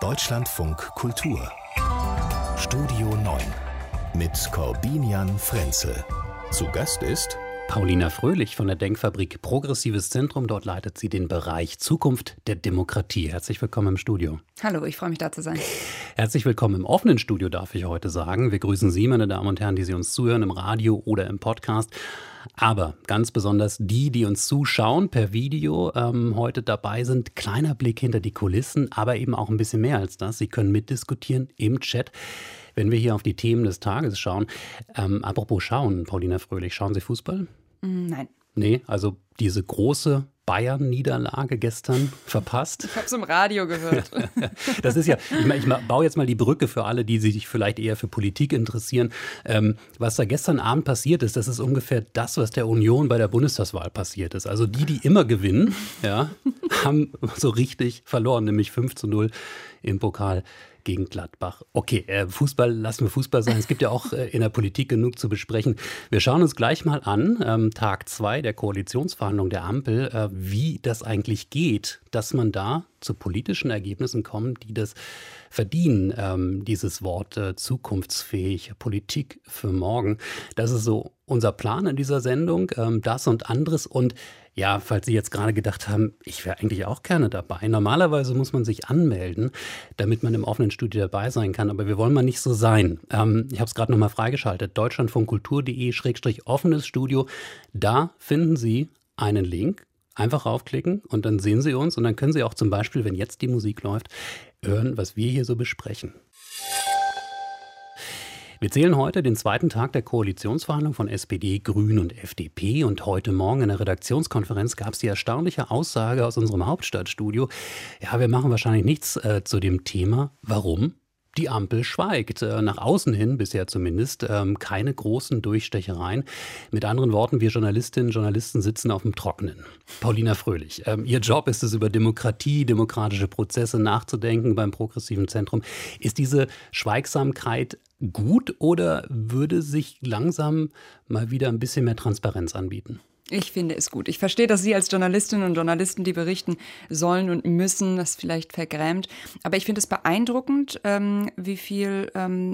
Deutschlandfunk Kultur Studio 9 mit Corbinian Frenzel. Zu Gast ist Paulina Fröhlich von der Denkfabrik Progressives Zentrum. Dort leitet sie den Bereich Zukunft der Demokratie. Herzlich willkommen im Studio. Hallo, ich freue mich, da zu sein. Herzlich willkommen im offenen Studio, darf ich heute sagen. Wir grüßen Sie, meine Damen und Herren, die Sie uns zuhören im Radio oder im Podcast. Aber ganz besonders die uns zuschauen per Video, heute dabei sind. Kleiner Blick hinter die Kulissen, aber eben auch ein bisschen mehr als das. Sie können mitdiskutieren im Chat, wenn wir hier auf die Themen des Tages schauen. Apropos schauen, Paulina Fröhlich, schauen Sie Fußball? Nein. Nee, also diese große Bayern-Niederlage gestern verpasst. Ich habe es im Radio gehört. Das ist ja, ich baue jetzt mal die Brücke für alle, die sich vielleicht eher für Politik interessieren. Was da gestern Abend passiert ist, das ist ungefähr das, was der Union bei der Bundestagswahl passiert ist. Also die immer gewinnen, ja, haben so richtig verloren, nämlich 5:0 im Pokal gegen Gladbach. Okay, Fußball, lassen wir Fußball sein. Es gibt ja auch in der Politik genug zu besprechen. Wir schauen uns gleich mal an, Tag 2 der Koalitionsverhandlungen der Ampel, wie das eigentlich geht, dass man da zu politischen Ergebnissen kommt, die das verdienen, dieses Wort zukunftsfähig, Politik für morgen. Das ist so unser Plan in dieser Sendung, das und anderes. Und ja, falls Sie jetzt gerade gedacht haben, ich wäre eigentlich auch gerne dabei. Normalerweise muss man sich anmelden, damit man im offenen Studio dabei sein kann. Aber wir wollen mal nicht so sein. Ich habe es gerade nochmal freigeschaltet. deutschlandfunkkultur.de/offenes Studio. Da finden Sie einen Link. Einfach raufklicken und dann sehen Sie uns. Und dann können Sie auch zum Beispiel, wenn jetzt die Musik läuft, hören, was wir hier so besprechen. Wir zählen heute den zweiten Tag der Koalitionsverhandlung von SPD, Grünen und FDP. Und heute Morgen in der Redaktionskonferenz gab es die erstaunliche Aussage aus unserem Hauptstadtstudio. Ja, wir machen wahrscheinlich nichts zu dem Thema. Warum? Die Ampel schweigt, nach außen hin bisher zumindest, keine großen Durchstechereien. Mit anderen Worten, wir Journalistinnen und Journalisten sitzen auf dem Trockenen. Paulina Fröhlich, Ihr Job ist es, über Demokratie, demokratische Prozesse nachzudenken beim Progressiven Zentrum. Ist diese Schweigsamkeit gut oder würde sich langsam mal wieder ein bisschen mehr Transparenz anbieten? Ich finde es gut. Ich verstehe, dass Sie als Journalistinnen und Journalisten, die berichten sollen und müssen, das vielleicht vergrämt. Aber ich finde es beeindruckend, wie viel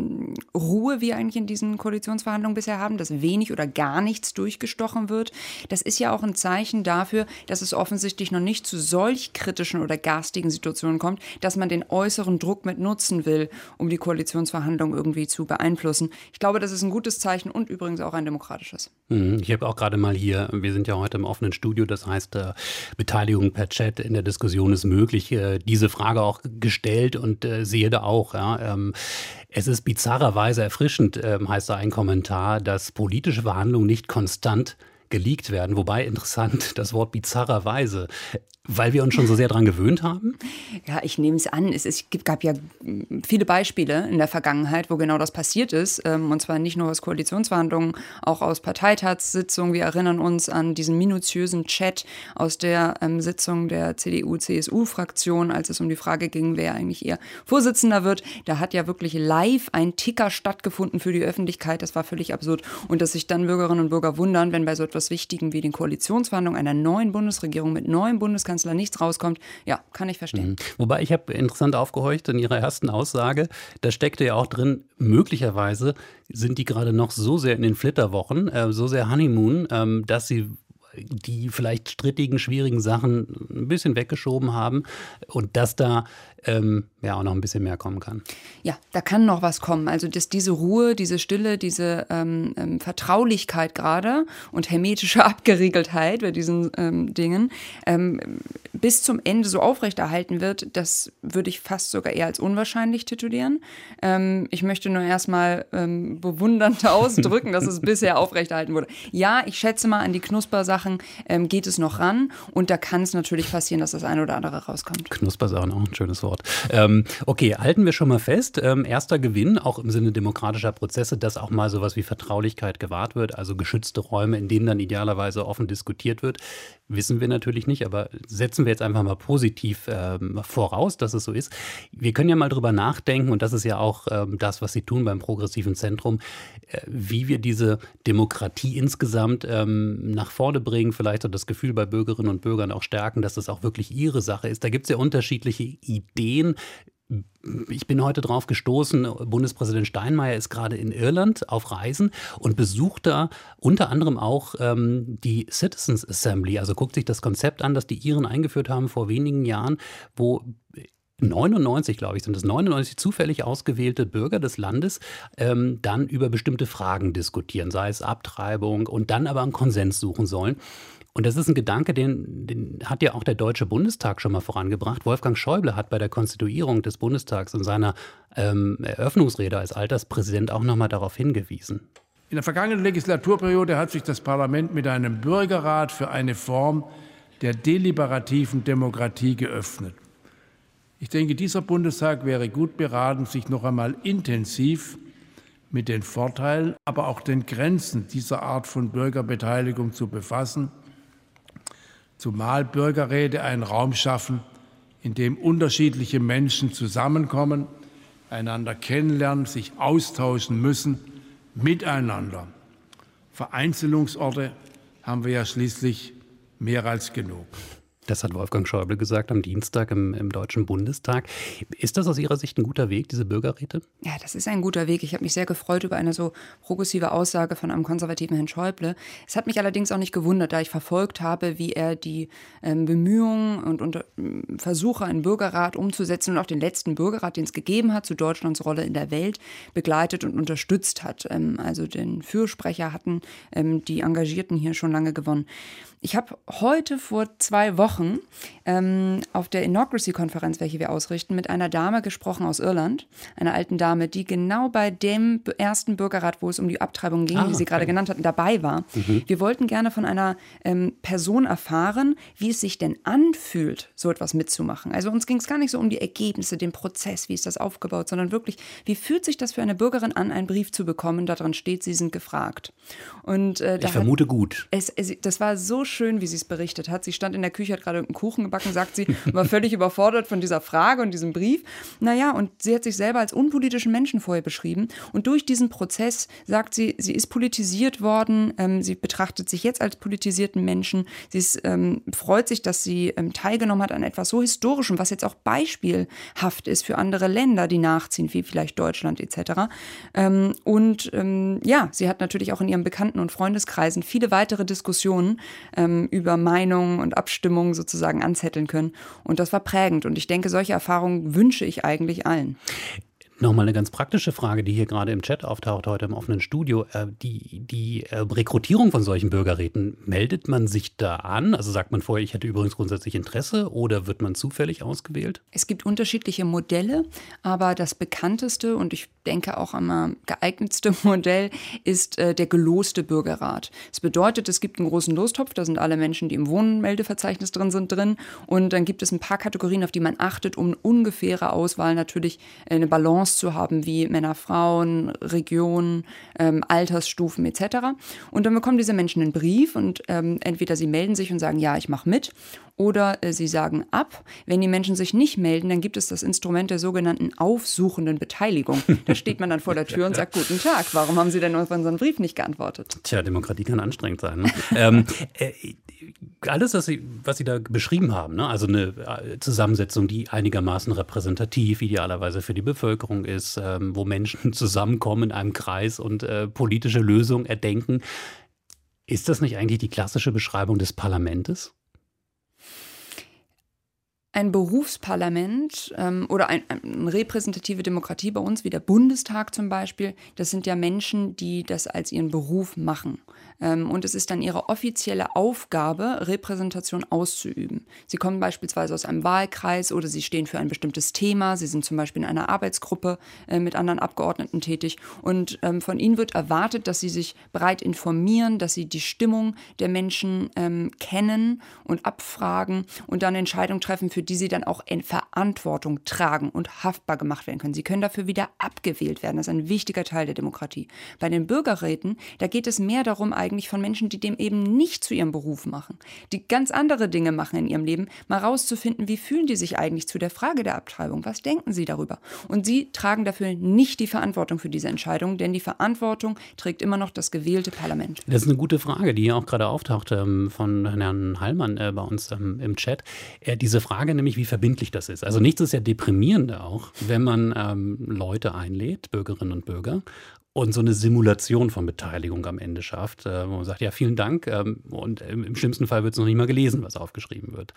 Ruhe wir eigentlich in diesen Koalitionsverhandlungen bisher haben, dass wenig oder gar nichts durchgestochen wird. Das ist ja auch ein Zeichen dafür, dass es offensichtlich noch nicht zu solch kritischen oder garstigen Situationen kommt, dass man den äußeren Druck mit nutzen will, um die Koalitionsverhandlungen irgendwie zu beeinflussen. Ich glaube, das ist ein gutes Zeichen und übrigens auch ein demokratisches. Ich habe auch gerade mal hier, wir sind ja heute im offenen Studio, das heißt, Beteiligung per Chat in der Diskussion ist möglich. Diese Frage auch gestellt und sehe da auch, ja, es ist bizarrerweise erfrischend, heißt da ein Kommentar, dass politische Verhandlungen nicht konstant geleakt werden. Wobei interessant, das Wort bizarrerweise, weil wir uns schon so sehr daran gewöhnt haben? Ja, ich nehme es an. Es gab ja viele Beispiele in der Vergangenheit, wo genau das passiert ist. Und zwar nicht nur aus Koalitionsverhandlungen, auch aus Parteitagssitzungen. Wir erinnern uns an diesen minutiösen Chat aus der Sitzung der CDU-CSU-Fraktion, als es um die Frage ging, wer eigentlich ihr Vorsitzender wird. Da hat ja wirklich live ein Ticker stattgefunden für die Öffentlichkeit. Das war völlig absurd. Und dass sich dann Bürgerinnen und Bürger wundern, wenn bei so etwas Wichtigem wie den Koalitionsverhandlungen einer neuen Bundesregierung mit neuem Bundeskanzler nichts rauskommt, ja, kann ich verstehen. Wobei, ich habe interessant aufgehorcht in Ihrer ersten Aussage, da steckte ja auch drin, möglicherweise sind die gerade noch so sehr in den Flitterwochen, so sehr Honeymoon, dass sie die vielleicht strittigen, schwierigen Sachen ein bisschen weggeschoben haben und dass da ja auch noch ein bisschen mehr kommen kann. Ja, da kann noch was kommen. Also dass diese Ruhe, diese Stille, diese Vertraulichkeit gerade und hermetische Abgeriegeltheit bei diesen Dingen bis zum Ende so aufrechterhalten wird, das würde ich fast sogar eher als unwahrscheinlich titulieren. Ich möchte nur erstmal bewundernd ausdrücken, dass es bisher aufrechterhalten wurde. Ja, ich schätze mal, an die Knuspersachen geht es noch ran und da kann es natürlich passieren, dass das eine oder andere rauskommt. Knuspersachen, auch ein schönes Wort. Okay, halten wir schon mal fest, erster Gewinn, auch im Sinne demokratischer Prozesse, dass auch mal sowas wie Vertraulichkeit gewahrt wird, also geschützte Räume, in denen dann idealerweise offen diskutiert wird. Wissen wir natürlich nicht, aber setzen wir jetzt einfach mal positiv voraus, dass es so ist. Wir können ja mal drüber nachdenken, und das ist ja auch das, was Sie tun beim Progressiven Zentrum, wie wir diese Demokratie insgesamt nach vorne bringen, vielleicht auch das Gefühl bei Bürgerinnen und Bürgern auch stärken, dass das auch wirklich ihre Sache ist. Da gibt es ja unterschiedliche Ideen. Ich bin heute drauf gestoßen, Bundespräsident Steinmeier ist gerade in Irland auf Reisen und besucht da unter anderem auch die Citizens Assembly, also guckt sich das Konzept an, das die Iren eingeführt haben vor wenigen Jahren, wo 99, glaube ich, sind es 99 zufällig ausgewählte Bürger des Landes dann über bestimmte Fragen diskutieren, sei es Abtreibung und dann aber einen Konsens suchen sollen. Und das ist ein Gedanke, den hat ja auch der Deutsche Bundestag schon mal vorangebracht. Wolfgang Schäuble hat bei der Konstituierung des Bundestags in seiner Eröffnungsrede als Alterspräsident auch noch mal darauf hingewiesen. In der vergangenen Legislaturperiode hat sich das Parlament mit einem Bürgerrat für eine Form der deliberativen Demokratie geöffnet. Ich denke, dieser Bundestag wäre gut beraten, sich noch einmal intensiv mit den Vorteilen, aber auch den Grenzen dieser Art von Bürgerbeteiligung zu befassen, zumal Bürgerräte einen Raum schaffen, in dem unterschiedliche Menschen zusammenkommen, einander kennenlernen, sich austauschen müssen, miteinander. Vereinzelungsorte haben wir ja schließlich mehr als genug. Das hat Wolfgang Schäuble gesagt am Dienstag im Deutschen Bundestag. Ist das aus Ihrer Sicht ein guter Weg, diese Bürgerräte? Ja, das ist ein guter Weg. Ich habe mich sehr gefreut über eine so progressive Aussage von einem konservativen Herrn Schäuble. Es hat mich allerdings auch nicht gewundert, da ich verfolgt habe, wie er die Bemühungen und Versuche, einen Bürgerrat umzusetzen und auch den letzten Bürgerrat, den es gegeben hat, zu Deutschlands Rolle in der Welt, begleitet und unterstützt hat. Also den Fürsprecher hatten die Engagierten hier schon lange gewonnen. Ich habe heute vor 2 Wochen auf der Inauguracy-Konferenz, welche wir ausrichten, mit einer Dame gesprochen aus Irland, einer alten Dame, die genau bei dem ersten Bürgerrat, wo es um die Abtreibung ging, die Sie gerade genannt hatten, dabei war. Wir wollten gerne von einer Person erfahren, wie es sich denn anfühlt, so etwas mitzumachen. Also uns ging es gar nicht so um die Ergebnisse, den Prozess, wie ist das aufgebaut, sondern wirklich, wie fühlt sich das für eine Bürgerin an, einen Brief zu bekommen, darin steht, Sie sind gefragt. Und, ich vermute gut. Das war so schön, wie sie es berichtet hat. Sie stand in der Küche, hat gerade einen Kuchen gebacken, sagt sie, war völlig überfordert von dieser Frage und diesem Brief. Naja, und sie hat sich selber als unpolitischen Menschen vorher beschrieben. Und durch diesen Prozess, sagt sie, sie ist politisiert worden. Sie betrachtet sich jetzt als politisierten Menschen. Sie freut sich, dass sie teilgenommen hat an etwas so Historischem, was jetzt auch beispielhaft ist für andere Länder, die nachziehen, wie vielleicht Deutschland etc. Sie hat natürlich auch in ihrem Bekannten- und Freundeskreisen viele weitere Diskussionen über Meinungen und Abstimmungen sozusagen anzetteln können. Und das war prägend. Und ich denke, solche Erfahrungen wünsche ich eigentlich allen. Nochmal eine ganz praktische Frage, die hier gerade im Chat auftaucht, heute im offenen Studio. Die Rekrutierung von solchen Bürgerräten, meldet man sich da an? Also sagt man vorher, ich hätte übrigens grundsätzlich Interesse, oder wird man zufällig ausgewählt? Es gibt unterschiedliche Modelle, aber das bekannteste und ich denke auch am geeignetste Modell ist der geloste Bürgerrat. Das bedeutet, es gibt einen großen Lostopf, da sind alle Menschen, die im Wohnmeldeverzeichnis drin sind, drin. Und dann gibt es ein paar Kategorien, auf die man achtet, um ungefähre Auswahl natürlich eine Balance zu haben, wie Männer, Frauen, Regionen, Altersstufen etc. Und dann bekommen diese Menschen einen Brief und entweder sie melden sich und sagen, ja, ich mache mit, oder sie sagen ab. Wenn die Menschen sich nicht melden, dann gibt es das Instrument der sogenannten aufsuchenden Beteiligung. Da steht man dann vor der Tür und sagt, guten Tag, warum haben Sie denn auf unseren Brief nicht geantwortet? Tja, Demokratie kann anstrengend sein. Ne? Alles, was Sie da beschrieben haben, ne? Also eine Zusammensetzung, die einigermaßen repräsentativ idealerweise für die Bevölkerung ist, wo Menschen zusammenkommen in einem Kreis und politische Lösungen erdenken. Ist das nicht eigentlich die klassische Beschreibung des Parlamentes? Ein Berufsparlament oder eine repräsentative Demokratie bei uns, wie der Bundestag zum Beispiel, das sind ja Menschen, die das als ihren Beruf machen. Und es ist dann ihre offizielle Aufgabe, Repräsentation auszuüben. Sie kommen beispielsweise aus einem Wahlkreis oder sie stehen für ein bestimmtes Thema. Sie sind zum Beispiel in einer Arbeitsgruppe mit anderen Abgeordneten tätig. Und von ihnen wird erwartet, dass sie sich breit informieren, dass sie die Stimmung der Menschen kennen und abfragen und dann Entscheidungen treffen, für die sie dann auch in Verantwortung tragen und haftbar gemacht werden können. Sie können dafür wieder abgewählt werden. Das ist ein wichtiger Teil der Demokratie. Bei den Bürgerräten, da geht es mehr darum, eigentlich von Menschen, die dem eben nicht zu ihrem Beruf machen, die ganz andere Dinge machen in ihrem Leben, mal rauszufinden, wie fühlen die sich eigentlich zu der Frage der Abtreibung? Was denken sie darüber? Und sie tragen dafür nicht die Verantwortung für diese Entscheidung, denn die Verantwortung trägt immer noch das gewählte Parlament. Das ist eine gute Frage, die hier auch gerade auftaucht von Herrn Hallmann bei uns im Chat. Diese Frage Frage nämlich, wie verbindlich das ist. Also nichts ist ja deprimierender auch, wenn man Leute einlädt, Bürgerinnen und Bürger, und so eine Simulation von Beteiligung am Ende schafft, wo man sagt, ja, vielen Dank, und im schlimmsten Fall wird es noch nicht mal gelesen, was aufgeschrieben wird.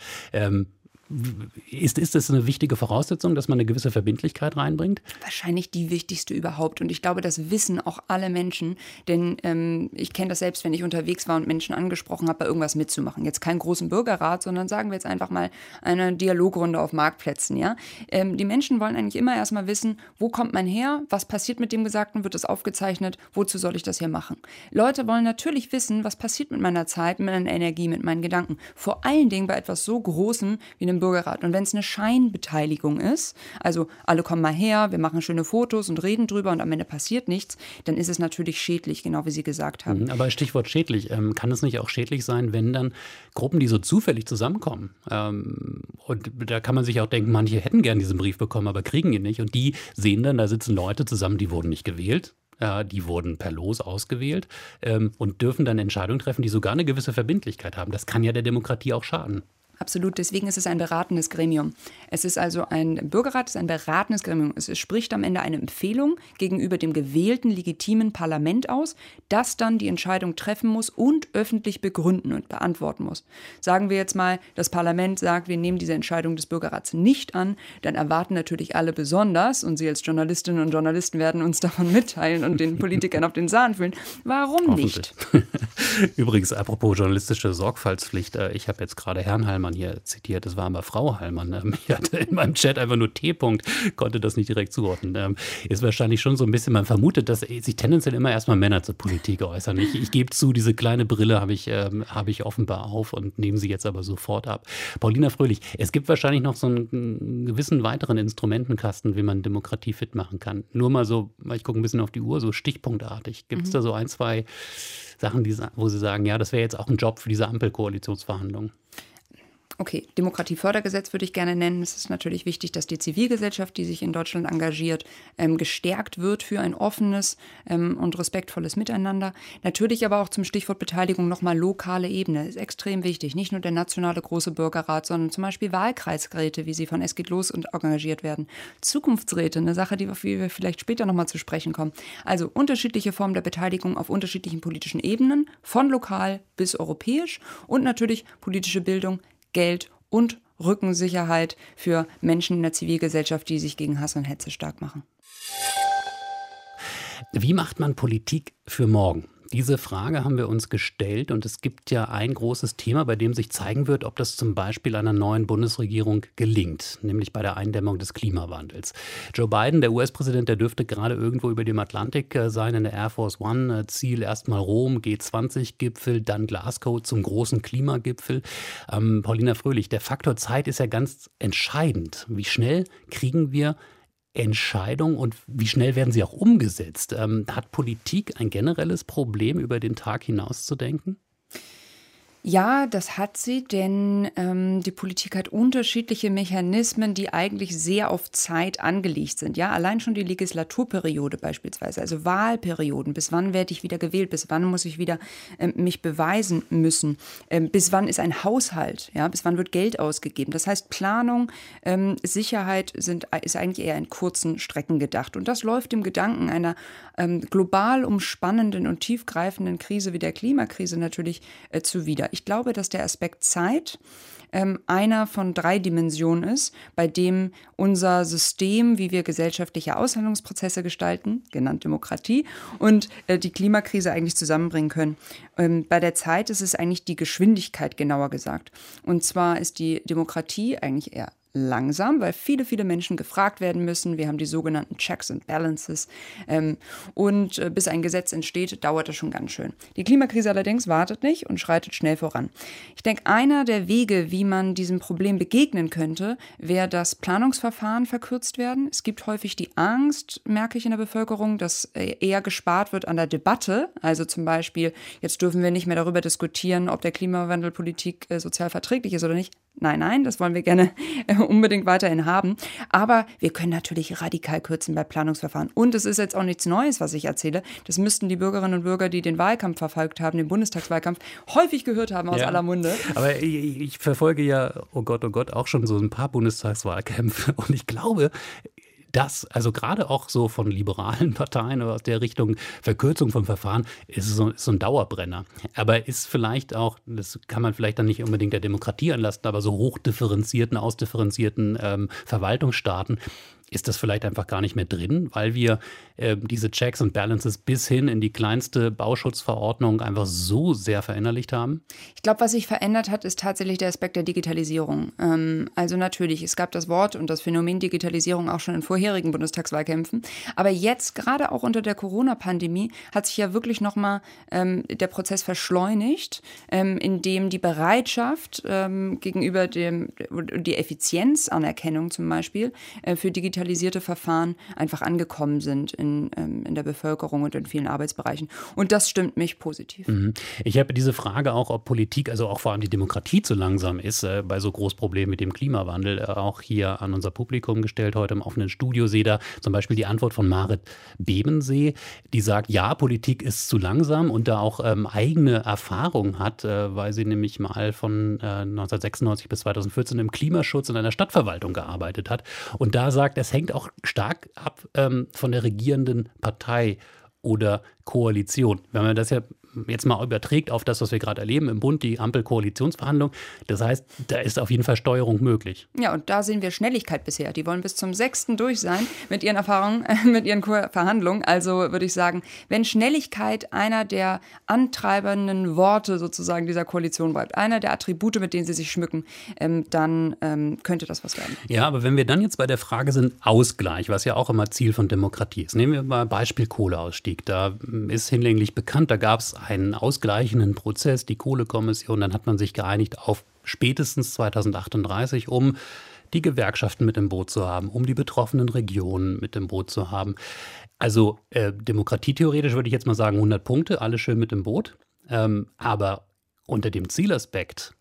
Ist das eine wichtige Voraussetzung, dass man eine gewisse Verbindlichkeit reinbringt? Wahrscheinlich die wichtigste überhaupt. Und ich glaube, das wissen auch alle Menschen. Denn ich kenne das selbst, wenn ich unterwegs war und Menschen angesprochen habe, bei irgendwas mitzumachen. Jetzt keinen großen Bürgerrat, sondern sagen wir jetzt einfach mal eine Dialogrunde auf Marktplätzen. Ja? Die Menschen wollen eigentlich immer erstmal wissen, wo kommt man her, was passiert mit dem Gesagten, wird das aufgezeichnet, wozu soll ich das hier machen? Leute wollen natürlich wissen, was passiert mit meiner Zeit, mit meiner Energie, mit meinen Gedanken. Vor allen Dingen bei etwas so Großem wie einem Bürgerrat. Und wenn es eine Scheinbeteiligung ist, also alle kommen mal her, wir machen schöne Fotos und reden drüber und am Ende passiert nichts, dann ist es natürlich schädlich, genau wie Sie gesagt haben. Aber Stichwort schädlich, kann es nicht auch schädlich sein, wenn dann Gruppen, die so zufällig zusammenkommen, und da kann man sich auch denken, manche hätten gern diesen Brief bekommen, aber kriegen ihn nicht, und die sehen dann, da sitzen Leute zusammen, die wurden nicht gewählt. Die wurden per Los ausgewählt, und dürfen dann Entscheidungen treffen, die sogar eine gewisse Verbindlichkeit haben. Das kann ja der Demokratie auch schaden. Absolut, deswegen ist es ein beratendes Gremium. Es ist also ein Bürgerrat, ist ein beratendes Gremium. Es spricht am Ende eine Empfehlung gegenüber dem gewählten, legitimen Parlament aus, das dann die Entscheidung treffen muss und öffentlich begründen und beantworten muss. Sagen wir jetzt mal, das Parlament sagt, wir nehmen diese Entscheidung des Bürgerrats nicht an, dann erwarten natürlich alle besonders, und Sie als Journalistinnen und Journalisten werden uns davon mitteilen und den Politikern auf den Zahn fühlen, warum nicht? Übrigens, apropos journalistische Sorgfaltspflicht, ich habe jetzt gerade Herrn Hallmann hier zitiert, das war aber Frau Hallmann. Ich hatte in meinem Chat einfach nur T-Punkt, konnte das nicht direkt zuordnen. Ist wahrscheinlich schon so ein bisschen, man vermutet, dass sich tendenziell immer erstmal Männer zur Politik äußern. Ich gebe zu, diese kleine Brille habe ich offenbar auf und nehme sie jetzt aber sofort ab. Paulina Fröhlich, es gibt wahrscheinlich noch so einen gewissen weiteren Instrumentenkasten, wie man Demokratie fit machen kann. Nur mal so, ich gucke ein bisschen auf die Uhr, so stichpunktartig. Gibt es da so ein, zwei Sachen, wo Sie sagen, ja, das wäre jetzt auch ein Job für diese Ampelkoalitionsverhandlungen? Okay, Demokratiefördergesetz würde ich gerne nennen. Es ist natürlich wichtig, dass die Zivilgesellschaft, die sich in Deutschland engagiert, gestärkt wird für ein offenes und respektvolles Miteinander. Natürlich aber auch zum Stichwort Beteiligung nochmal lokale Ebene. Ist extrem wichtig. Nicht nur der nationale große Bürgerrat, sondern zum Beispiel Wahlkreisräte, wie sie von Es geht los und engagiert werden. Zukunftsräte, eine Sache, auf die wir vielleicht später nochmal zu sprechen kommen. Also unterschiedliche Formen der Beteiligung auf unterschiedlichen politischen Ebenen, von lokal bis europäisch, und natürlich politische Bildung, Geld und Rückensicherheit für Menschen in der Zivilgesellschaft, die sich gegen Hass und Hetze stark machen. Wie macht man Politik für morgen? Diese Frage haben wir uns gestellt, und es gibt ja ein großes Thema, bei dem sich zeigen wird, ob das zum Beispiel einer neuen Bundesregierung gelingt, nämlich bei der Eindämmung des Klimawandels. Joe Biden, der US-Präsident, der dürfte gerade irgendwo über dem Atlantik sein, in der Air Force One. Ziel erstmal Rom, G20-Gipfel, dann Glasgow zum großen Klimagipfel. Paulina Fröhlich, der Faktor Zeit ist ja ganz entscheidend. Wie schnell kriegen wir Entscheidungen und wie schnell werden sie auch umgesetzt? Hat Politik ein generelles Problem, über den Tag hinaus zu denken? Ja, das hat sie, denn die Politik hat unterschiedliche Mechanismen, die eigentlich sehr auf Zeit angelegt sind. Ja, allein schon die Legislaturperiode beispielsweise, also Wahlperioden. Bis wann werde ich wieder gewählt? Bis wann muss ich wieder mich beweisen müssen? Bis wann ist ein Haushalt? Ja, bis wann wird Geld ausgegeben? Das heißt, Planung, Sicherheit ist eigentlich eher in kurzen Strecken gedacht. Und das läuft dem Gedanken einer global umspannenden und tiefgreifenden Krise wie der Klimakrise natürlich zuwider. Ich glaube, dass der Aspekt Zeit einer von 3 Dimensionen ist, bei dem unser System, wie wir gesellschaftliche Aushandlungsprozesse gestalten, genannt Demokratie, und die Klimakrise eigentlich zusammenbringen können. Bei der Zeit ist es eigentlich die Geschwindigkeit, genauer gesagt. Und zwar ist die Demokratie eigentlich eher langsam, weil viele, viele Menschen gefragt werden müssen. Wir haben die sogenannten Checks and Balances. Und bis ein Gesetz entsteht, dauert das schon ganz schön. Die Klimakrise allerdings wartet nicht und schreitet schnell voran. Ich denke, einer der Wege, wie man diesem Problem begegnen könnte, wäre, dass Planungsverfahren verkürzt werden. Es gibt häufig die Angst, merke ich in der Bevölkerung, dass eher gespart wird an der Debatte. Also zum Beispiel, jetzt dürfen wir nicht mehr darüber diskutieren, ob der Klimawandelpolitik sozial verträglich ist oder nicht. Nein, das wollen wir gerne unbedingt weiterhin haben. Aber wir können natürlich radikal kürzen bei Planungsverfahren. Und es ist jetzt auch nichts Neues, was ich erzähle. Das müssten die Bürgerinnen und Bürger, die den Wahlkampf verfolgt haben, den Bundestagswahlkampf, häufig gehört haben aus aller Munde. Aber ich verfolge ja, oh Gott, auch schon so ein paar Bundestagswahlkämpfe. Und ich glaube, das, also gerade auch so von liberalen Parteien oder aus der Richtung Verkürzung von Verfahren, ist so ein Dauerbrenner. Aber ist vielleicht auch, das kann man vielleicht dann nicht unbedingt der Demokratie anlasten, aber so hochdifferenzierten, ausdifferenzierten Verwaltungsstaaten ist das vielleicht einfach gar nicht mehr drin, weil wir diese Checks and Balances bis hin in die kleinste Bauschutzverordnung einfach so sehr verinnerlicht haben? Ich glaube, was sich verändert hat, ist tatsächlich der Aspekt der Digitalisierung. Also natürlich, es gab das Wort und das Phänomen Digitalisierung auch schon in vorherigen Bundestagswahlkämpfen. Aber jetzt, gerade auch unter der Corona-Pandemie, hat sich ja wirklich nochmal der Prozess verschleunigt, in dem die Bereitschaft gegenüber die Effizienzanerkennung zum Beispiel für digitalisierte Verfahren einfach angekommen sind in der Bevölkerung und in vielen Arbeitsbereichen. Und das stimmt mich positiv. Ich habe diese Frage auch, ob Politik, also auch vor allem die Demokratie zu langsam ist, bei so Großproblemen mit dem Klimawandel, auch hier an unser Publikum gestellt heute im offenen Studio. Sehe da zum Beispiel die Antwort von Marit Bebensee, die sagt, ja, Politik ist zu langsam und da auch eigene Erfahrung hat, weil sie nämlich mal von 1996 bis 2014 im Klimaschutz in einer Stadtverwaltung gearbeitet hat. Und da sagt, es hängt auch stark ab von der regierenden Partei oder Koalition. Wenn man das ja jetzt mal überträgt auf das, was wir gerade erleben im Bund, die Ampel-Koalitionsverhandlung, das heißt, da ist auf jeden Fall Steuerung möglich. Ja, und da sehen wir Schnelligkeit bisher. Die wollen bis zum 6. durch sein mit ihren Erfahrungen, mit ihren Verhandlungen. Also würde ich sagen, wenn Schnelligkeit einer der antreibenden Worte sozusagen dieser Koalition bleibt, einer der Attribute, mit denen sie sich schmücken, dann könnte das was werden. Ja, aber wenn wir dann jetzt bei der Frage sind, Ausgleich, was ja auch immer Ziel von Demokratie ist. Nehmen wir mal Beispiel Kohleausstieg. Da ist hinlänglich bekannt, da gab es einen ausgleichenden Prozess, die Kohlekommission, dann hat man sich geeinigt auf spätestens 2038, um die Gewerkschaften mit im Boot zu haben, um die betroffenen Regionen mit im Boot zu haben. Also demokratietheoretisch würde ich jetzt mal sagen 100 Punkte, alle schön mit im Boot, aber unter dem Zielaspekt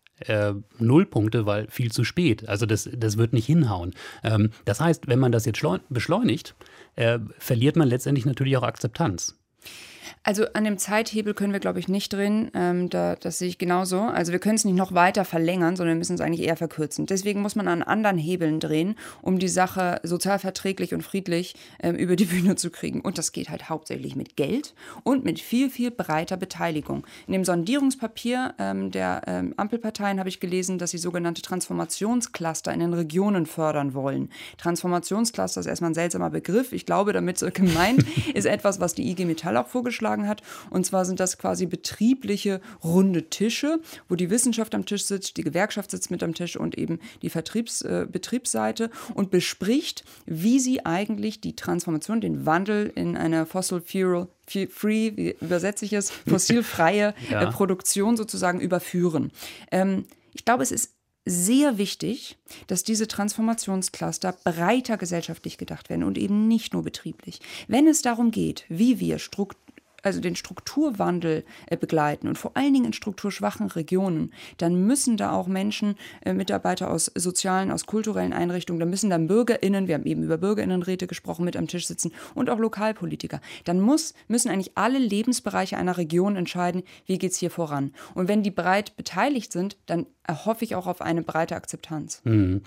0 Punkte, weil viel zu spät. Also das wird nicht hinhauen. Das heißt, wenn man das jetzt beschleunigt, verliert man letztendlich natürlich auch Akzeptanz. Also an dem Zeithebel können wir, glaube ich, nicht drehen. Das sehe ich genauso. Also wir können es nicht noch weiter verlängern, sondern wir müssen es eigentlich eher verkürzen. Deswegen muss man an anderen Hebeln drehen, um die Sache sozial verträglich und friedlich über die Bühne zu kriegen. Und das geht halt hauptsächlich mit Geld und mit viel, viel breiter Beteiligung. In dem Sondierungspapier der Ampelparteien habe ich gelesen, dass sie sogenannte Transformationscluster in den Regionen fördern wollen. Transformationscluster ist erstmal ein seltsamer Begriff. Ich glaube, damit so gemeint ist etwas, was die IG Metall auch vorgeschlagen hat. Und zwar sind das quasi betriebliche runde Tische, wo die Wissenschaft am Tisch sitzt, die Gewerkschaft sitzt mit am Tisch und eben die Betriebsseite und bespricht, wie sie eigentlich die Transformation, den Wandel in eine fossilfree, wie übersetze ich es, fossilfreie Produktion sozusagen überführen. Ich glaube, es ist sehr wichtig, dass diese Transformationscluster breiter gesellschaftlich gedacht werden und eben nicht nur betrieblich. Wenn es darum geht, wie wir den Strukturwandel begleiten und vor allen Dingen in strukturschwachen Regionen, dann müssen da auch Menschen, Mitarbeiter aus sozialen, aus kulturellen Einrichtungen, da müssen dann BürgerInnen, wir haben eben über BürgerInnenräte gesprochen, mit am Tisch sitzen und auch Lokalpolitiker. Dann müssen eigentlich alle Lebensbereiche einer Region entscheiden, wie geht es hier voran. Und wenn die breit beteiligt sind, dann erhoffe ich auch auf eine breite Akzeptanz.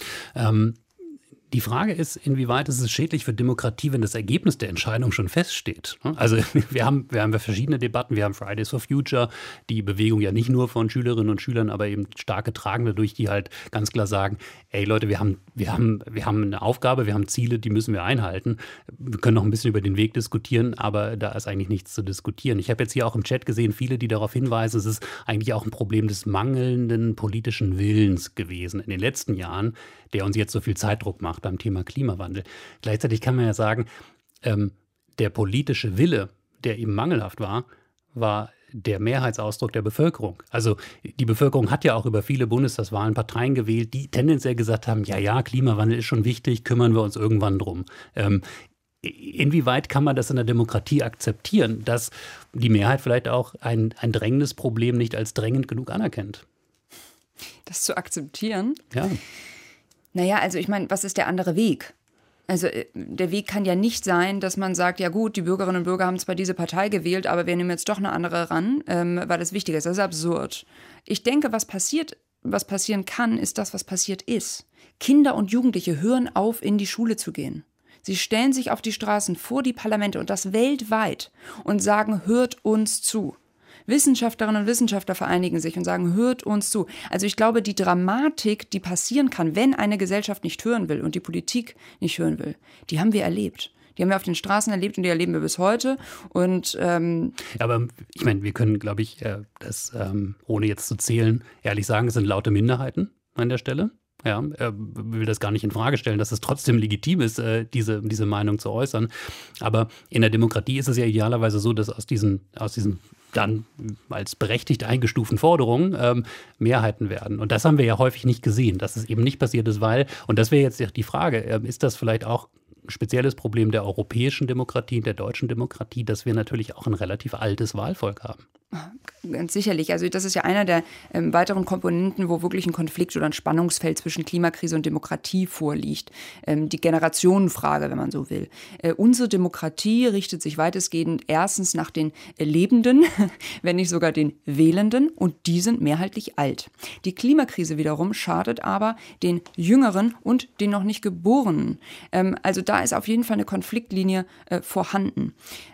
Die Frage ist, inwieweit ist es schädlich für Demokratie, wenn das Ergebnis der Entscheidung schon feststeht? Also wir haben verschiedene Debatten, wir haben Fridays for Future, die Bewegung ja nicht nur von Schülerinnen und Schülern, aber eben stark getragen dadurch, die halt ganz klar sagen, ey Leute, wir haben eine Aufgabe, wir haben Ziele, die müssen wir einhalten. Wir können noch ein bisschen über den Weg diskutieren, aber da ist eigentlich nichts zu diskutieren. Ich habe jetzt hier auch im Chat gesehen, viele, die darauf hinweisen, es ist eigentlich auch ein Problem des mangelnden politischen Willens gewesen in den letzten Jahren, der uns jetzt so viel Zeitdruck macht beim Thema Klimawandel. Gleichzeitig kann man ja sagen, der politische Wille, der eben mangelhaft war der Mehrheitsausdruck der Bevölkerung. Also die Bevölkerung hat ja auch über viele Bundestagswahlen Parteien gewählt, die tendenziell gesagt haben, ja, Klimawandel ist schon wichtig, kümmern wir uns irgendwann drum. Inwieweit kann man das in der Demokratie akzeptieren, dass die Mehrheit vielleicht auch ein drängendes Problem nicht als drängend genug anerkennt? Das zu akzeptieren? Ja. Naja, also ich meine, was ist der andere Weg? Also der Weg kann ja nicht sein, dass man sagt, ja gut, die Bürgerinnen und Bürger haben zwar diese Partei gewählt, aber wir nehmen jetzt doch eine andere ran, weil das wichtiger ist. Das ist absurd. Ich denke, was passieren kann, ist das, was passiert ist. Kinder und Jugendliche hören auf, in die Schule zu gehen. Sie stellen sich auf die Straßen vor die Parlamente und das weltweit und sagen, hört uns zu. Wissenschaftlerinnen und Wissenschaftler vereinigen sich und sagen, hört uns zu. Also ich glaube, die Dramatik, die passieren kann, wenn eine Gesellschaft nicht hören will und die Politik nicht hören will, die haben wir erlebt. Die haben wir auf den Straßen erlebt und die erleben wir bis heute. Und, aber ich meine, wir können, glaube ich, das ohne jetzt zu zählen, ehrlich sagen, es sind laute Minderheiten an der Stelle. Ja, will das gar nicht in Frage stellen, dass es trotzdem legitim ist, diese Meinung zu äußern. Aber in der Demokratie ist es ja idealerweise so, dass aus diesen dann als berechtigt eingestuften Forderungen Mehrheiten werden. Und das haben wir ja häufig nicht gesehen, dass es eben nicht passiert ist, weil, und das wäre jetzt die Frage, ist das vielleicht auch ein spezielles Problem der europäischen Demokratie, der deutschen Demokratie, dass wir natürlich auch ein relativ altes Wahlvolk haben? Ganz sicherlich. Also das ist ja einer der weiteren Komponenten, wo wirklich ein Konflikt oder ein Spannungsfeld zwischen Klimakrise und Demokratie vorliegt. Die Generationenfrage, wenn man so will. Unsere Demokratie richtet sich weitestgehend erstens nach den Lebenden, wenn nicht sogar den Wählenden, und die sind mehrheitlich alt. Die Klimakrise wiederum schadet aber den Jüngeren und den noch nicht Geborenen. Also da ist auf jeden Fall eine Konfliktlinie vorhanden.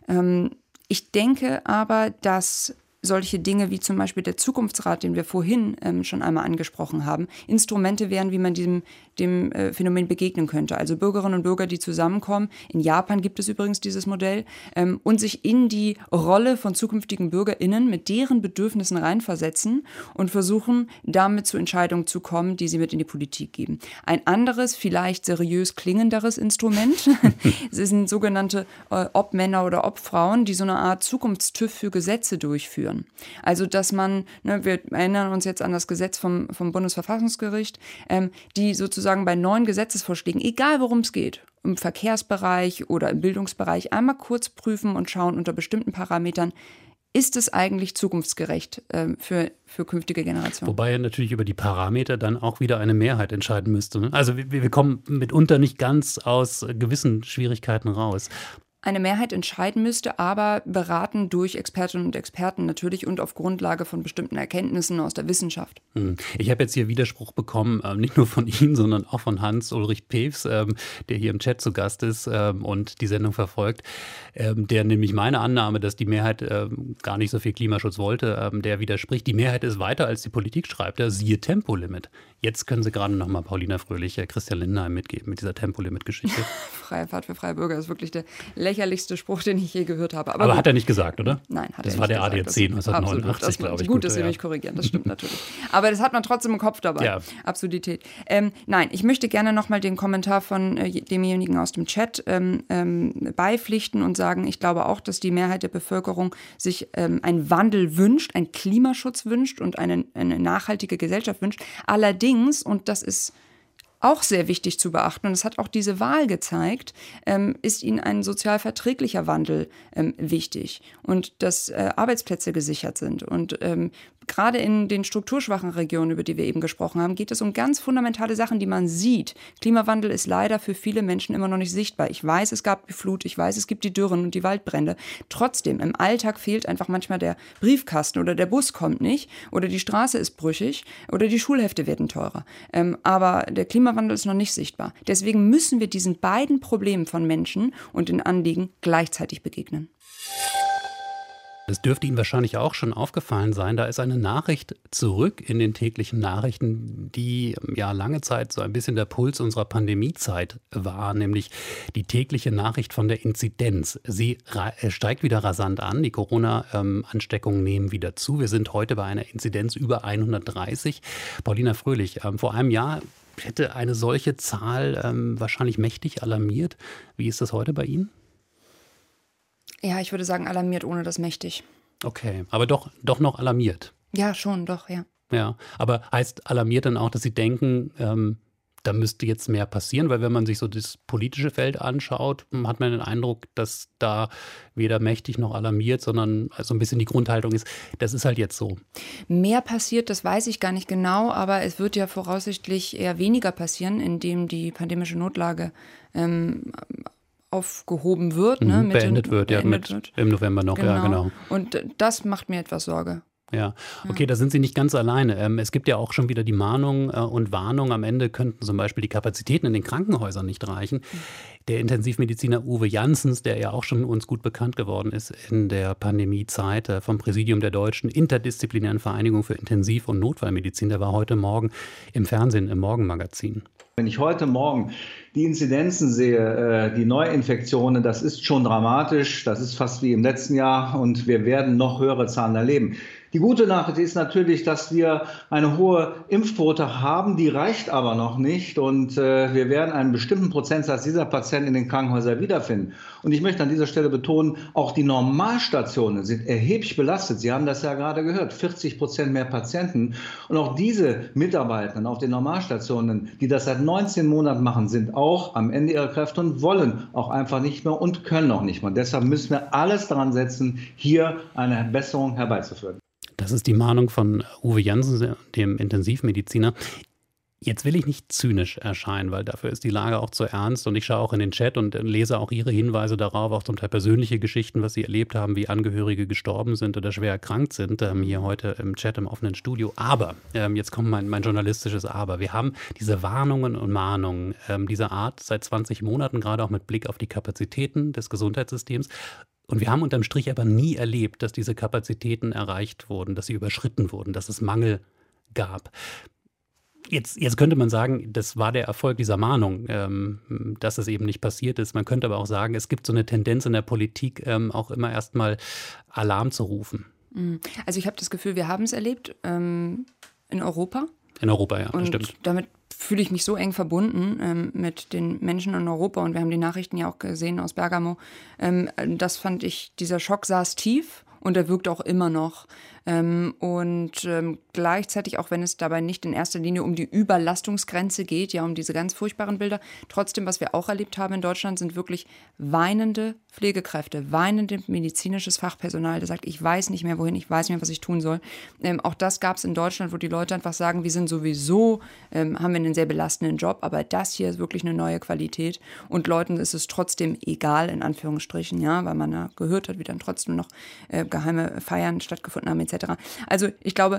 Ich denke aber, dass solche Dinge wie zum Beispiel der Zukunftsrat, den wir vorhin schon einmal angesprochen haben, Instrumente wären, wie man dem Phänomen begegnen könnte. Also Bürgerinnen und Bürger, die zusammenkommen. In Japan gibt es übrigens dieses Modell und sich in die Rolle von zukünftigen BürgerInnen mit deren Bedürfnissen reinversetzen und versuchen, damit zu Entscheidungen zu kommen, die sie mit in die Politik geben. Ein anderes, vielleicht seriös klingenderes Instrument sind sogenannte Obmänner oder Obfrauen, die so eine Art Zukunftstüv für Gesetze durchführen. Also, dass man, wir erinnern uns jetzt an das Gesetz vom Bundesverfassungsgericht, die sozusagen bei neuen Gesetzesvorschlägen, egal worum es geht, im Verkehrsbereich oder im Bildungsbereich, einmal kurz prüfen und schauen unter bestimmten Parametern, ist es eigentlich zukunftsgerecht für künftige Generationen? Wobei natürlich über die Parameter dann auch wieder eine Mehrheit entscheiden müsste. Ne? Also wir kommen mitunter nicht ganz aus gewissen Schwierigkeiten raus. Eine Mehrheit entscheiden müsste, aber beraten durch Expertinnen und Experten natürlich und auf Grundlage von bestimmten Erkenntnissen aus der Wissenschaft. Ich habe jetzt hier Widerspruch bekommen, nicht nur von Ihnen, sondern auch von Hans-Ulrich Pews, der hier im Chat zu Gast ist und die Sendung verfolgt, der nämlich meine Annahme, dass die Mehrheit gar nicht so viel Klimaschutz wollte, der widerspricht. Die Mehrheit ist weiter, als die Politik schreibt, siehe Tempolimit. Jetzt können Sie gerade noch mal Paulina Fröhlich, Christian Lindner mitgeben mit dieser Tempolimit-Geschichte. Freie Fahrt für freie Bürger ist wirklich der lächerlichste Spruch, den ich je gehört habe. Aber hat er nicht gesagt, oder? Nein, hat er nicht gesagt. Das war der ADAC 1989, glaube ich. Gut, dass Sie mich korrigieren, das stimmt natürlich. Aber das hat man trotzdem im Kopf dabei. Ja. Absurdität. Nein, ich möchte gerne noch mal den Kommentar von demjenigen aus dem Chat beipflichten und sagen, ich glaube auch, dass die Mehrheit der Bevölkerung sich einen Wandel wünscht, einen Klimaschutz wünscht und eine nachhaltige Gesellschaft wünscht. Allerdings, und das ist auch sehr wichtig zu beachten, und es hat auch diese Wahl gezeigt, ist ihnen ein sozial verträglicher Wandel wichtig und dass Arbeitsplätze gesichert sind. Und gerade in den strukturschwachen Regionen, über die wir eben gesprochen haben, geht es um ganz fundamentale Sachen, die man sieht. Klimawandel ist leider für viele Menschen immer noch nicht sichtbar. Ich weiß, es gab die Flut, ich weiß, es gibt die Dürren und die Waldbrände. Trotzdem, im Alltag fehlt einfach manchmal der Briefkasten oder der Bus kommt nicht oder die Straße ist brüchig oder die Schulhefte werden teurer. Aber der Klimawandel ist noch nicht sichtbar. Deswegen müssen wir diesen beiden Problemen von Menschen und den Anliegen gleichzeitig begegnen. Das dürfte Ihnen wahrscheinlich auch schon aufgefallen sein. Da ist eine Nachricht zurück in den täglichen Nachrichten, die ja lange Zeit so ein bisschen der Puls unserer Pandemiezeit war, nämlich die tägliche Nachricht von der Inzidenz. Sie steigt wieder rasant an. Die Corona-Ansteckungen nehmen wieder zu. Wir sind heute bei einer Inzidenz über 130. Paulina Fröhlich, vor einem Jahr hätte eine solche Zahl wahrscheinlich mächtig alarmiert. Wie ist das heute bei Ihnen? Ja, ich würde sagen, alarmiert ohne das mächtig. Okay, aber doch noch alarmiert. Ja, schon, doch, ja. Ja, aber heißt alarmiert dann auch, dass Sie denken, da müsste jetzt mehr passieren, weil wenn man sich so das politische Feld anschaut, hat man den Eindruck, dass da weder mächtig noch alarmiert, sondern so ein bisschen die Grundhaltung ist, das ist halt jetzt so. Mehr passiert, das weiß ich gar nicht genau, aber es wird ja voraussichtlich eher weniger passieren, indem die pandemische Notlage aufgehoben wird. Beendet wird im November noch, genau. Ja, genau. Und das macht mir etwas Sorge. Ja, okay, da sind Sie nicht ganz alleine. Es gibt ja auch schon wieder die Mahnung und Warnung. Am Ende könnten zum Beispiel die Kapazitäten in den Krankenhäusern nicht reichen. Der Intensivmediziner Uwe Janssens, der ja auch schon uns gut bekannt geworden ist in der Pandemiezeit vom Präsidium der Deutschen Interdisziplinären Vereinigung für Intensiv- und Notfallmedizin, der war heute Morgen im Fernsehen, im Morgenmagazin. Wenn ich heute Morgen die Inzidenzen sehe, die Neuinfektionen, das ist schon dramatisch. Das ist fast wie im letzten Jahr und wir werden noch höhere Zahlen erleben. Die gute Nachricht ist natürlich, dass wir eine hohe Impfquote haben, die reicht aber noch nicht und wir werden einen bestimmten Prozentsatz dieser Patienten in den Krankenhäusern wiederfinden. Und ich möchte an dieser Stelle betonen, auch die Normalstationen sind erheblich belastet. Sie haben das ja gerade gehört, 40% mehr Patienten. Und auch diese Mitarbeiter auf den Normalstationen, die das seit 19 Monaten machen, sind auch am Ende ihrer Kräfte und wollen auch einfach nicht mehr und können auch nicht mehr. Und deshalb müssen wir alles daran setzen, hier eine Besserung herbeizuführen. Das ist die Mahnung von Uwe Janssen, dem Intensivmediziner. Jetzt will ich nicht zynisch erscheinen, weil dafür ist die Lage auch zu ernst. Und ich schaue auch in den Chat und lese auch Ihre Hinweise darauf, auch zum Teil persönliche Geschichten, was Sie erlebt haben, wie Angehörige gestorben sind oder schwer erkrankt sind, hier heute im Chat im offenen Studio. Aber, jetzt kommt mein journalistisches Aber. Wir haben diese Warnungen und Mahnungen dieser Art seit 20 Monaten, gerade auch mit Blick auf die Kapazitäten des Gesundheitssystems. Und wir haben unterm Strich aber nie erlebt, dass diese Kapazitäten erreicht wurden, dass sie überschritten wurden, dass es Mangel gab. Jetzt könnte man sagen, das war der Erfolg dieser Mahnung, dass es eben nicht passiert ist. Man könnte aber auch sagen, es gibt so eine Tendenz in der Politik, auch immer erstmal Alarm zu rufen. Also ich habe das Gefühl, wir haben es erlebt in Europa. In Europa, ja, und stimmt. Damit fühle ich mich so eng verbunden mit den Menschen in Europa. Und wir haben die Nachrichten ja auch gesehen aus Bergamo. Das fand ich, dieser Schock saß tief und er wirkt auch immer noch. Gleichzeitig, auch wenn es dabei nicht in erster Linie um die Überlastungsgrenze geht, ja um diese ganz furchtbaren Bilder, trotzdem, was wir auch erlebt haben in Deutschland, sind wirklich weinende Pflegekräfte, weinende medizinisches Fachpersonal, der sagt, ich weiß nicht mehr wohin, ich weiß nicht mehr, was ich tun soll. Auch das gab es in Deutschland, wo die Leute einfach sagen, wir sind sowieso, haben wir einen sehr belastenden Job, aber das hier ist wirklich eine neue Qualität und Leuten ist es trotzdem egal, in Anführungsstrichen, ja, weil man ja gehört hat, wie dann trotzdem noch geheime Feiern stattgefunden haben, etc. Also ich glaube,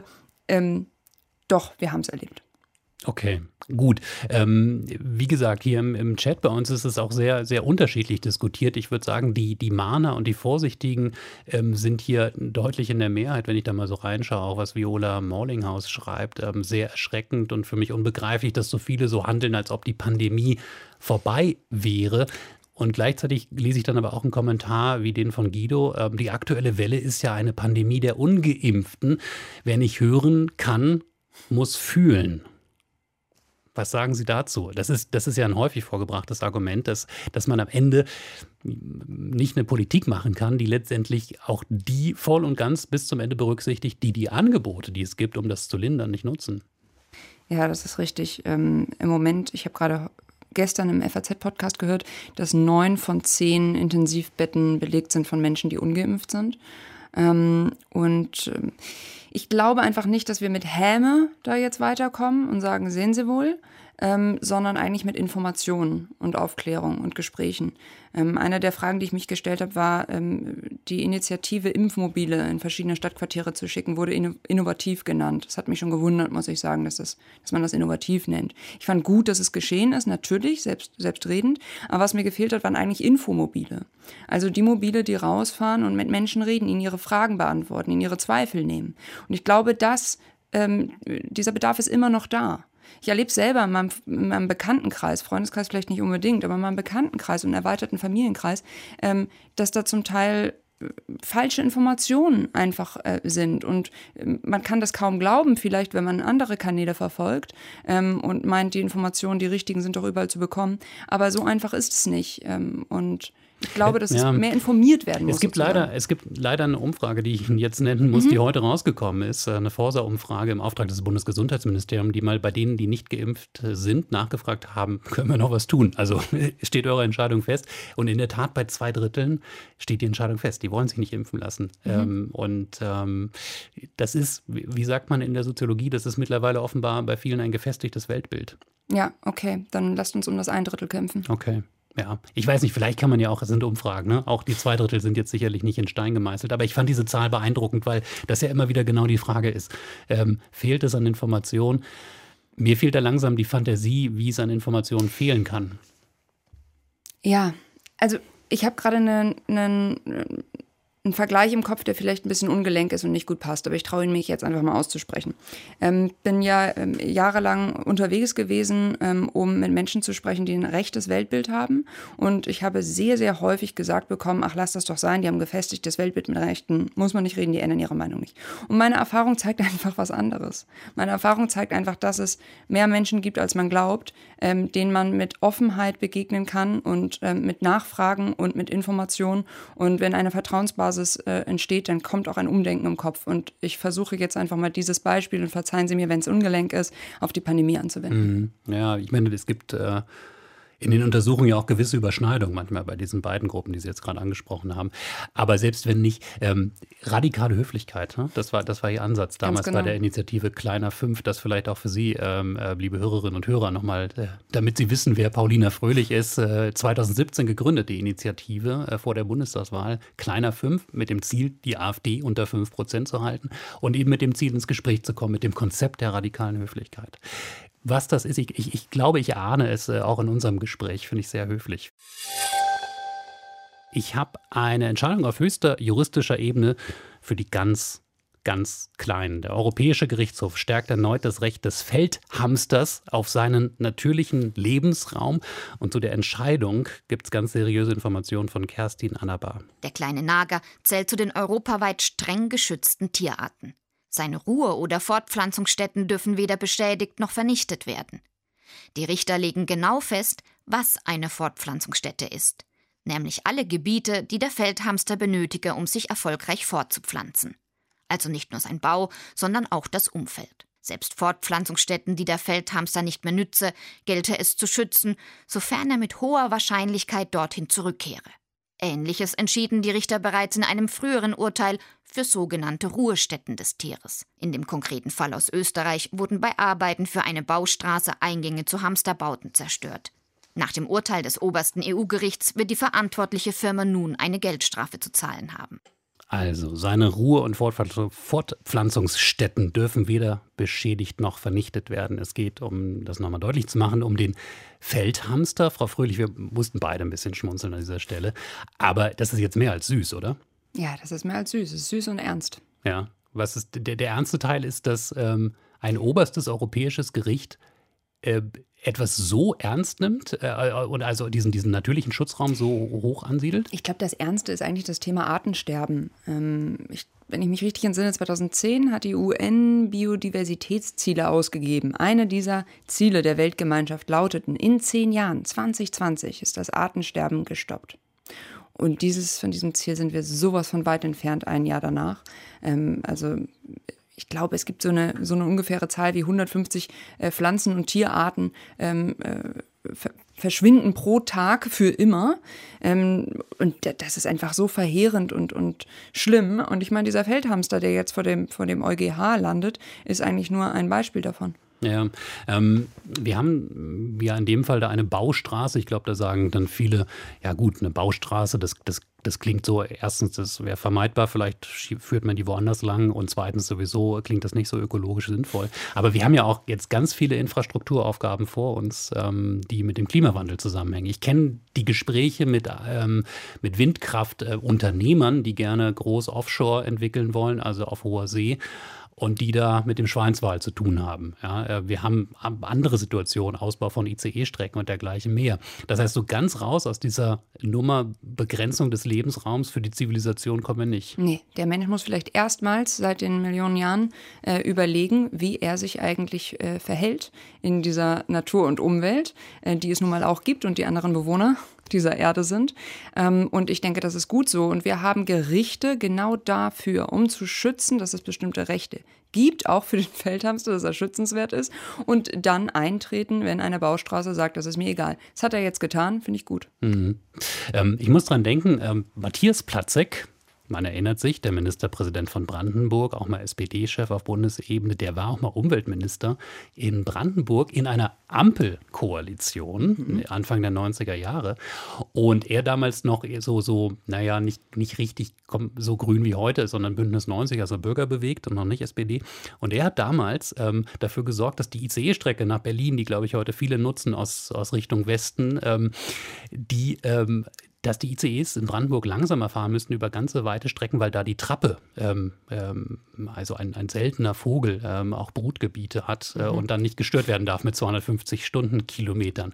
doch, wir haben es erlebt. Okay, gut. Wie gesagt, hier im Chat bei uns ist es auch sehr, sehr unterschiedlich diskutiert. Ich würde sagen, die Mahner und die Vorsichtigen sind hier deutlich in der Mehrheit, wenn ich da mal so reinschaue, auch was Viola Morlinghaus schreibt, sehr erschreckend und für mich unbegreiflich, dass so viele so handeln, als ob die Pandemie vorbei wäre. Und gleichzeitig lese ich dann aber auch einen Kommentar wie den von Guido. Die aktuelle Welle ist ja eine Pandemie der Ungeimpften. Wer nicht hören kann, muss fühlen. Was sagen Sie dazu? Das ist ja ein häufig vorgebrachtes Argument, dass man am Ende nicht eine Politik machen kann, die letztendlich auch die voll und ganz bis zum Ende berücksichtigt, die Angebote, die es gibt, um das zu lindern, nicht nutzen. Ja, das ist richtig. Im Moment, ich habe gerade gestern im FAZ-Podcast gehört, dass 9 von 10 Intensivbetten belegt sind von Menschen, die ungeimpft sind. Ich glaube einfach nicht, dass wir mit Häme da jetzt weiterkommen und sagen, sehen Sie wohl, sondern eigentlich mit Informationen und Aufklärung und Gesprächen. Eine der Fragen, die ich mich gestellt habe, war, die Initiative Impfmobile in verschiedene Stadtquartiere zu schicken, wurde innovativ genannt. Das hat mich schon gewundert, muss ich sagen, dass man das innovativ nennt. Ich fand gut, dass es geschehen ist, natürlich, selbstredend. Aber was mir gefehlt hat, waren eigentlich Infomobile. Also die Mobile, die rausfahren und mit Menschen reden, ihnen ihre Fragen beantworten, ihnen ihre Zweifel nehmen. Und ich glaube, dieser Bedarf ist immer noch da. Ich erlebe selber in meinem Bekanntenkreis, Freundeskreis vielleicht nicht unbedingt, aber in meinem Bekanntenkreis und erweiterten Familienkreis, dass da zum Teil falsche Informationen einfach sind. Und man kann das kaum glauben, vielleicht, wenn man andere Kanäle verfolgt und meint, die Informationen, die richtigen, sind doch überall zu bekommen. Aber so einfach ist es nicht. Und Ich glaube, dass es mehr informiert werden muss. Es gibt leider eine Umfrage, die ich Ihnen jetzt nennen muss, die heute rausgekommen ist. Eine Forsa-Umfrage im Auftrag des Bundesgesundheitsministeriums, die mal bei denen, die nicht geimpft sind, nachgefragt haben, können wir noch was tun? Also steht eure Entscheidung fest? Und in der Tat, bei 2/3 steht die Entscheidung fest. Die wollen sich nicht impfen lassen. Das ist, wie sagt man in der Soziologie, das ist mittlerweile offenbar bei vielen ein gefestigtes Weltbild. Ja, okay. Dann lasst uns um das 1/3 kämpfen. Okay. Ja, ich weiß nicht, vielleicht kann man ja auch, es sind Umfragen, ne? Auch die 2/3 sind jetzt sicherlich nicht in Stein gemeißelt, aber ich fand diese Zahl beeindruckend, weil das ja immer wieder genau die Frage ist, fehlt es an Informationen? Mir fehlt da langsam die Fantasie, wie es an Informationen fehlen kann. Ja, also ich habe gerade einen Vergleich im Kopf, der vielleicht ein bisschen ungelenk ist und nicht gut passt, aber ich traue ihn mich jetzt einfach mal auszusprechen. Bin ja jahrelang unterwegs gewesen, um mit Menschen zu sprechen, die ein rechtes Weltbild haben, und ich habe sehr, sehr häufig gesagt bekommen, ach, lass das doch sein, die haben gefestigtes Weltbild mit Rechten, muss man nicht reden, die ändern ihre Meinung nicht. Und meine Erfahrung zeigt einfach was anderes. Meine Erfahrung zeigt einfach, dass es mehr Menschen gibt, als man glaubt, denen man mit Offenheit begegnen kann und mit Nachfragen und mit Informationen, und wenn eine Vertrauensbasis entsteht, dann kommt auch ein Umdenken im Kopf. Und ich versuche jetzt einfach mal dieses Beispiel, und verzeihen Sie mir, wenn es ungelenk ist, auf die Pandemie anzuwenden. Ja, ich meine, es gibt in den Untersuchungen ja auch gewisse Überschneidungen manchmal bei diesen beiden Gruppen, die Sie jetzt gerade angesprochen haben. Aber selbst wenn nicht, radikale Höflichkeit, ne? Das war Ihr Ansatz damals bei der Initiative Kleiner 5, das vielleicht auch für Sie, liebe Hörerinnen und Hörer, nochmal, damit Sie wissen, wer Paulina Fröhlich ist, 2017 gegründet, die Initiative vor der Bundestagswahl Kleiner 5 mit dem Ziel, die AfD unter 5% zu halten und eben mit dem Ziel, ins Gespräch zu kommen, mit dem Konzept der radikalen Höflichkeit. Was das ist, ich glaube, ich ahne es auch in unserem Gespräch, finde ich sehr höflich. Ich habe eine Entscheidung auf höchster juristischer Ebene für die ganz Kleinen. Der Europäische Gerichtshof stärkt erneut das Recht des Feldhamsters auf seinen natürlichen Lebensraum. Und zu der Entscheidung gibt es ganz seriöse Informationen von Kerstin Annabar. Der kleine Nager zählt zu den europaweit streng geschützten Tierarten. Seine Ruhe- oder Fortpflanzungsstätten dürfen weder beschädigt noch vernichtet werden. Die Richter legen genau fest, was eine Fortpflanzungsstätte ist. Nämlich alle Gebiete, die der Feldhamster benötige, um sich erfolgreich fortzupflanzen. Also nicht nur sein Bau, sondern auch das Umfeld. Selbst Fortpflanzungsstätten, die der Feldhamster nicht mehr nütze, gelte es zu schützen, sofern er mit hoher Wahrscheinlichkeit dorthin zurückkehre. Ähnliches entschieden die Richter bereits in einem früheren Urteil für sogenannte Ruhestätten des Tieres. In dem konkreten Fall aus Österreich wurden bei Arbeiten für eine Baustraße Eingänge zu Hamsterbauten zerstört. Nach dem Urteil des obersten EU-Gerichts wird die verantwortliche Firma nun eine Geldstrafe zu zahlen haben. Also, seine Ruhe- und Fortpflanzungsstätten dürfen weder beschädigt noch vernichtet werden. Es geht, um das nochmal deutlich zu machen, um den Feldhamster. Frau Fröhlich, wir mussten beide ein bisschen schmunzeln an dieser Stelle. Aber das ist jetzt mehr als süß, oder? Ja, das ist mehr als süß. Es ist süß und ernst. Ja, was ist der ernste Teil ist, dass ein oberstes europäisches Gericht etwas so ernst nimmt und also diesen natürlichen Schutzraum so hoch ansiedelt? Ich glaube, das Ernste ist eigentlich das Thema Artensterben. Wenn ich mich richtig entsinne, 2010 hat die UN Biodiversitätsziele ausgegeben. Eine dieser Ziele der Weltgemeinschaft lauteten, in 10 Jahren, 2020, ist das Artensterben gestoppt. Und von diesem Ziel sind wir sowas von weit entfernt, ein Jahr danach. Ich glaube, es gibt so eine ungefähre Zahl wie 150 Pflanzen- und Tierarten verschwinden pro Tag für immer. Und das ist einfach so verheerend und schlimm. Und ich meine, dieser Feldhamster, der jetzt vor dem EuGH landet, ist eigentlich nur ein Beispiel davon. Ja, wir haben ja in dem Fall da eine Baustraße. Ich glaube, da sagen dann viele, ja gut, eine Baustraße, das klingt so, erstens, das wäre vermeidbar, vielleicht führt man die woanders lang, und zweitens sowieso klingt das nicht so ökologisch sinnvoll. Aber wir haben ja auch jetzt ganz viele Infrastrukturaufgaben vor uns, die mit dem Klimawandel zusammenhängen. Ich kenne die Gespräche mit Windkraftunternehmern, die gerne groß Offshore entwickeln wollen, also auf hoher See, und die da mit dem Schweinswal zu tun haben. Ja, wir haben andere Situationen, Ausbau von ICE-Strecken und dergleichen mehr. Das heißt, so ganz raus aus dieser Nummer Begrenzung des Lebensraums für die Zivilisation kommen wir nicht. Nee, der Mensch muss vielleicht erstmals seit den Millionen Jahren überlegen, wie er sich eigentlich verhält in dieser Natur und Umwelt, die es nun mal auch gibt, und die anderen Bewohner dieser Erde sind. Und ich denke, das ist gut so. Und wir haben Gerichte genau dafür, um zu schützen, dass es bestimmte Rechte gibt, auch für den Feldhamster, dass er schützenswert ist. Und dann eintreten, wenn eine Baustraße sagt, das ist mir egal. Das hat er jetzt getan, finde ich gut. Mhm. Ich muss dran denken, Matthias Platzek, man erinnert sich, der Ministerpräsident von Brandenburg, auch mal SPD-Chef auf Bundesebene, der war auch mal Umweltminister in Brandenburg in einer Ampelkoalition, Anfang der 90er Jahre. Und er damals noch nicht richtig so grün wie heute, sondern Bündnis 90, also bürgerbewegt und noch nicht SPD. Und er hat damals dafür gesorgt, dass die ICE-Strecke nach Berlin, die, glaube ich, heute viele nutzen aus Richtung Westen, dass die ICEs in Brandenburg langsamer fahren müssten über ganze weite Strecken, weil da die Trappe, also ein seltener Vogel, auch Brutgebiete hat und dann nicht gestört werden darf mit 250 Stundenkilometern.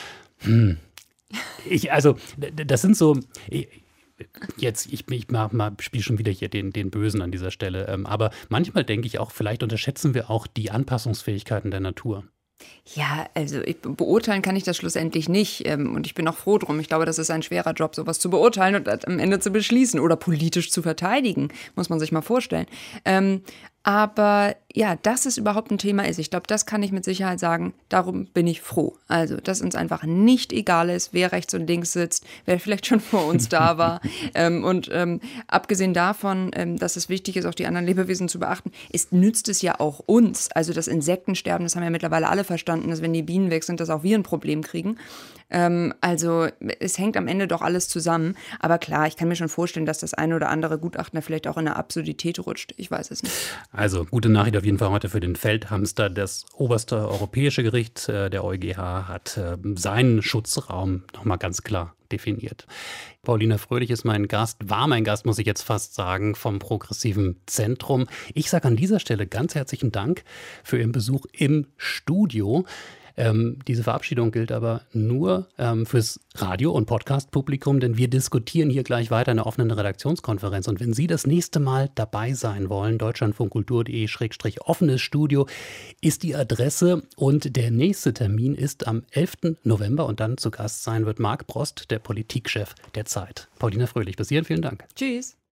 Das sind so... Ich spiele schon wieder hier den Bösen an dieser Stelle. Aber manchmal denke ich auch, vielleicht unterschätzen wir auch die Anpassungsfähigkeiten der Natur. Ja, also beurteilen kann ich das schlussendlich nicht und ich bin auch froh drum. Ich glaube, das ist ein schwerer Job, sowas zu beurteilen und am Ende zu beschließen oder politisch zu verteidigen, muss man sich mal vorstellen. Aber ja, dass es überhaupt ein Thema ist, ich glaube, das kann ich mit Sicherheit sagen, darum bin ich froh. Also, dass uns einfach nicht egal ist, wer rechts und links sitzt, wer vielleicht schon vor uns da war. Abgesehen davon, dass es wichtig ist, auch die anderen Lebewesen zu beachten, nützt es ja auch uns. Also das Insektensterben, das haben ja mittlerweile alle verstanden, dass wenn die Bienen weg sind, dass auch wir ein Problem kriegen. Also es hängt am Ende doch alles zusammen. Aber klar, ich kann mir schon vorstellen, dass das eine oder andere Gutachten vielleicht auch in eine Absurdität rutscht. Ich weiß es nicht. Also gute Nachricht auf jeden Fall heute für den Feldhamster. Das oberste europäische Gericht, der EuGH, hat seinen Schutzraum nochmal ganz klar definiert. Paulina Fröhlich ist mein Gast, war mein Gast, muss ich jetzt fast sagen, vom Progressiven Zentrum. Ich sage an dieser Stelle ganz herzlichen Dank für Ihren Besuch im Studio. Diese Verabschiedung gilt aber nur fürs Radio- und Podcast-Publikum, denn wir diskutieren hier gleich weiter in der offenen Redaktionskonferenz. Und wenn Sie das nächste Mal dabei sein wollen, deutschlandfunkkultur.de/offenes Studio ist die Adresse und der nächste Termin ist am 11. November und dann zu Gast sein wird Marc Brost, der Politikchef der Zeit. Paulina Fröhlich, bis hierhin vielen Dank. Tschüss.